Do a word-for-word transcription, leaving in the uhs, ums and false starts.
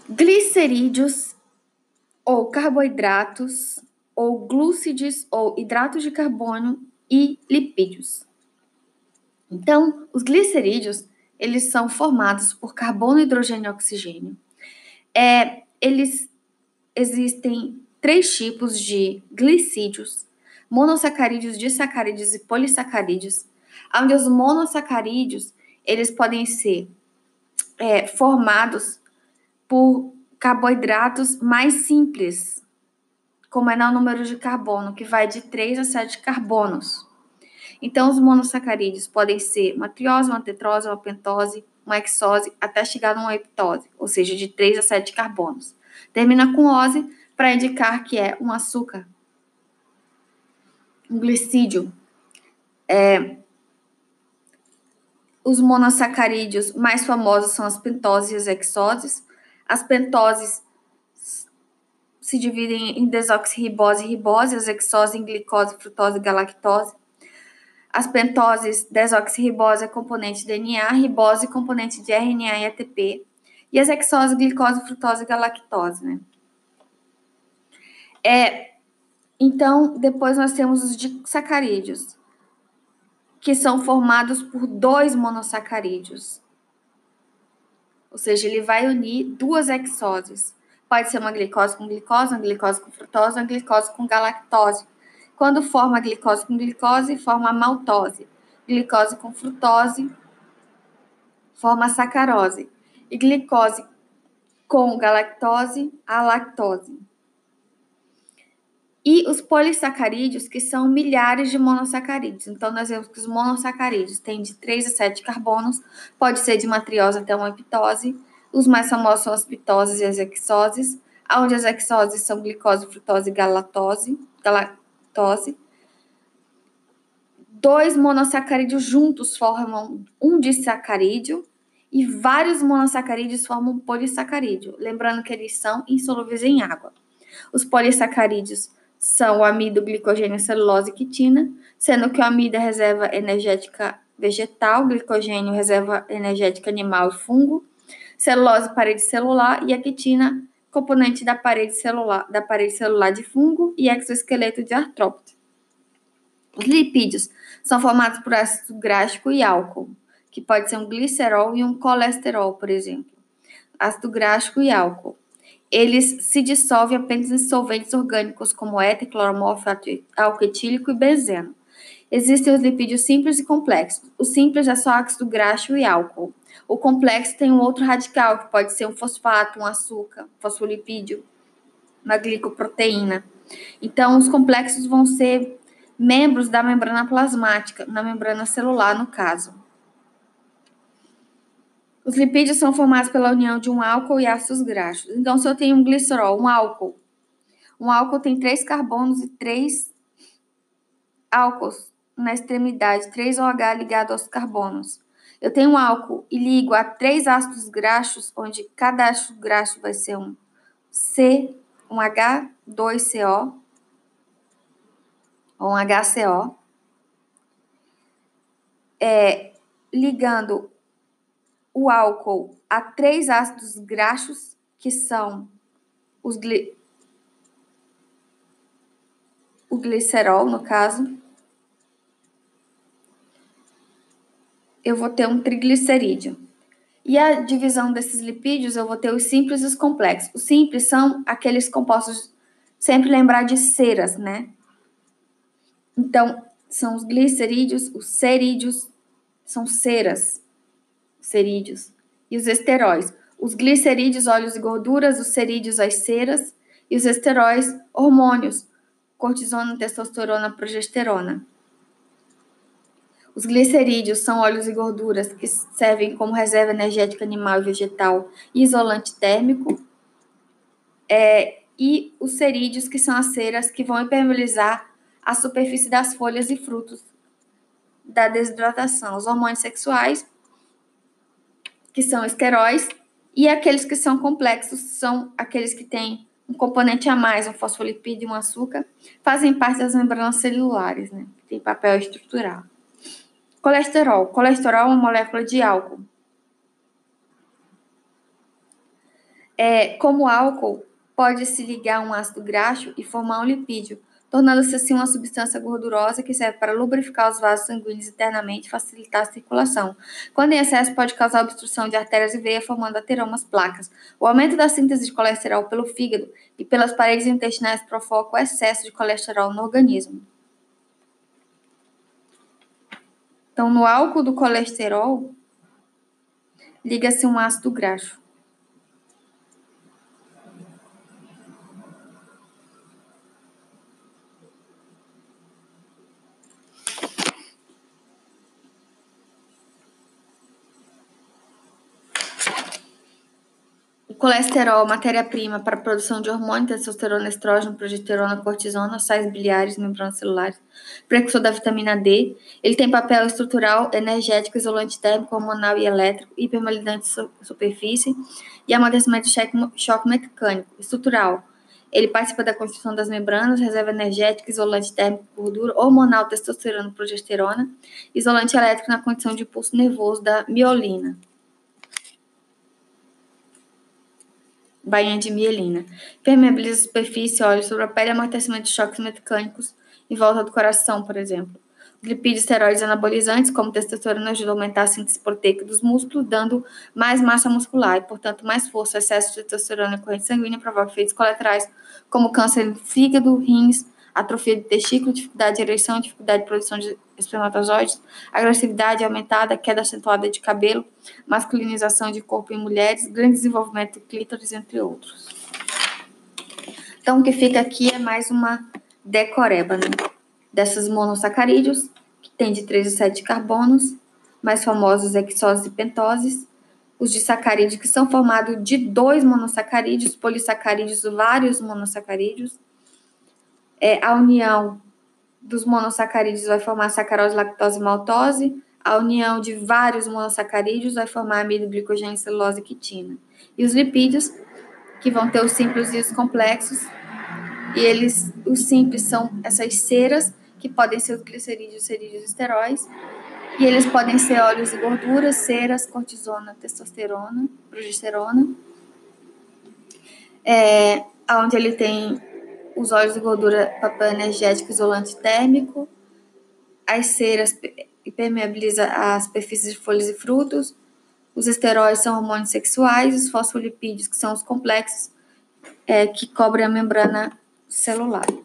glicerídeos ou carboidratos, ou glúcides ou hidratos de carbono e lipídios. Então, os glicerídeos, eles são formados por carbono, hidrogênio e oxigênio. É, eles existem três tipos de glicídios: monossacarídeos, disacarídeos e polissacarídeos, onde os monossacarídeos, eles podem ser é, formados por carboidratos mais simples, com menor número de carbono, que vai de três a sete carbonos. Então, os monossacarídeos podem ser uma triose, uma tetrose, uma pentose, uma hexose, até chegar numa heptose, ou seja, de três a sete carbonos. Termina com ose para indicar que é um açúcar. Um glicídio. É, os monossacarídeos mais famosos são as pentoses e as hexoses. As pentoses se dividem em desoxirribose e ribose, as hexoses em glicose, frutose e galactose. As pentoses, desoxirribose é componente de D N A, ribose componente de R N A e A T P. E as hexoses, glicose, frutose e galactose, né? É, então, depois nós temos os disacarídeos, que são formados por dois monossacarídeos. Ou seja, ele vai unir duas hexoses. Pode ser uma glicose com glicose, uma glicose com frutose, uma glicose com galactose. Quando forma glicose com glicose, forma a maltose. Glicose com frutose, forma a sacarose. E glicose com galactose, a lactose. E os polissacarídeos, que são milhares de monossacarídeos. Então, nós vemos que os monossacarídeos têm de três a sete carbonos, pode ser de uma triose até uma heptose. Os mais famosos são as pitoses e as hexoses, onde as hexoses são glicose, frutose e galactose. galactose. Dois monossacarídeos juntos formam um disacarídeo e vários monossacarídeos formam um polissacarídeo, lembrando que eles são insolúveis em água. Os polissacarídeos são o amido, glicogênio, celulose e quitina, sendo que o amido é reserva energética vegetal, glicogênio reserva energética animal e fungo, celulose parede celular e a quitina componente da parede celular, da parede celular de fungo e exoesqueleto de artrópode. Os lipídios são formados por ácido gráfico e álcool, que pode ser um glicerol e um colesterol, por exemplo. Ácido gráfico e álcool. Eles se dissolvem apenas em solventes orgânicos como éter, cloromorfo, álcool etílico e benzeno. Existem os lipídios simples e complexos. O simples é só ácido graxo e álcool. O complexo tem um outro radical, que pode ser um fosfato, um açúcar, fosfolipídio, uma glicoproteína. Então, os complexos vão ser membros da membrana plasmática, na membrana celular, no caso. Os lipídios são formados pela união de um álcool e ácidos graxos. Então, se eu tenho um glicerol, um álcool, um álcool tem três carbonos e três álcools na extremidade, três O H ligado aos carbonos. Eu tenho um álcool e ligo a três ácidos graxos, onde cada ácido graxo vai ser um C, um H, dois C O, ou um H C O. É, ligando o álcool a três ácidos graxos, que são os gli... o glicerol, no caso, eu vou ter um triglicerídeo. E a divisão desses lipídios, eu vou ter os simples e os complexos. Os simples são aqueles compostos, sempre lembrar de ceras, né? Então, são os glicerídeos, os cerídeos, são ceras, cerídeos, e os esteróis. Os glicerídeos, óleos e gorduras, os cerídeos, as ceras, e os esteróis, hormônios, cortisona, testosterona, progesterona. Os glicerídeos são óleos e gorduras que servem como reserva energética animal e vegetal e isolante térmico. É, e os cerídeos, que são as ceras que vão impermeabilizar a superfície das folhas e frutos da desidratação. Os hormônios sexuais, que são esteróis, e aqueles que são complexos, são aqueles que têm um componente a mais, um fosfolipídio e um açúcar, fazem parte das membranas celulares, né? Tem papel estrutural. Colesterol. Colesterol é uma molécula de álcool. É, como o álcool, pode se ligar a um ácido graxo e formar um lipídio, tornando-se assim uma substância gordurosa que serve para lubrificar os vasos sanguíneos internamente e facilitar a circulação. Quando em excesso, pode causar obstrução de artérias e veias, formando ateromas, placas. O aumento da síntese de colesterol pelo fígado e pelas paredes intestinais provoca o excesso de colesterol no organismo. Então, no álcool do colesterol, liga-se um ácido graxo. O colesterol, matéria-prima para a produção de hormônios, testosterona, estrógeno, progesterona, cortisona, sais biliares, membranas celulares, precursor da vitamina D. Ele tem papel estrutural, energético, isolante térmico, hormonal e elétrico, hipermolidante de superfície e amortecimento de choque mecânico. Estrutural. Ele participa da construção das membranas, reserva energética, isolante térmico, gordura, hormonal, testosterona, progesterona, isolante elétrico na condição de impulso nervoso da miolina. Bainha de mielina. Permeabiliza a superfície, óleo sobre a pele e amortecimento de choques mecânicos em volta do coração, por exemplo. Os lipídios, esteroides anabolizantes, como testosterona, ajudam a aumentar a síntese proteica dos músculos, dando mais massa muscular e, portanto, mais força. O excesso de testosterona na corrente sanguínea provoca efeitos colaterais, como câncer do fígado, rins, atrofia de testículo, dificuldade de ereção, dificuldade de produção de espermatozoides, agressividade aumentada, queda acentuada de cabelo, masculinização de corpo em mulheres, grande desenvolvimento do clítoris, entre outros. Então, o que fica aqui é mais uma decoreba, né? Dessas monossacarídeos, que tem de três a sete carbonos, mais famosos hexoses e pentoses. Os disacarídeos, que são formados de dois monossacarídeos, polissacarídeos, vários monossacarídeos. É, a união dos monossacarídeos vai formar sacarose, lactose e maltose. A união de vários monossacarídeos vai formar amido, glicogênio, celulose e quitina. E os lipídios, que vão ter os simples e os complexos. E eles, os simples são essas ceras, que podem ser os glicerídeos, cerídeos e esteróis. E eles podem ser óleos e gorduras, ceras, cortisona, testosterona, progesterona. É, onde ele tem os óleos e gordura, papel energético, isolante térmico. As ceras permeabilizam as superfícies de folhas e frutos. Os esteróides são hormônios sexuais. Os fosfolipídios, que são os complexos, é, que cobrem a membrana celular.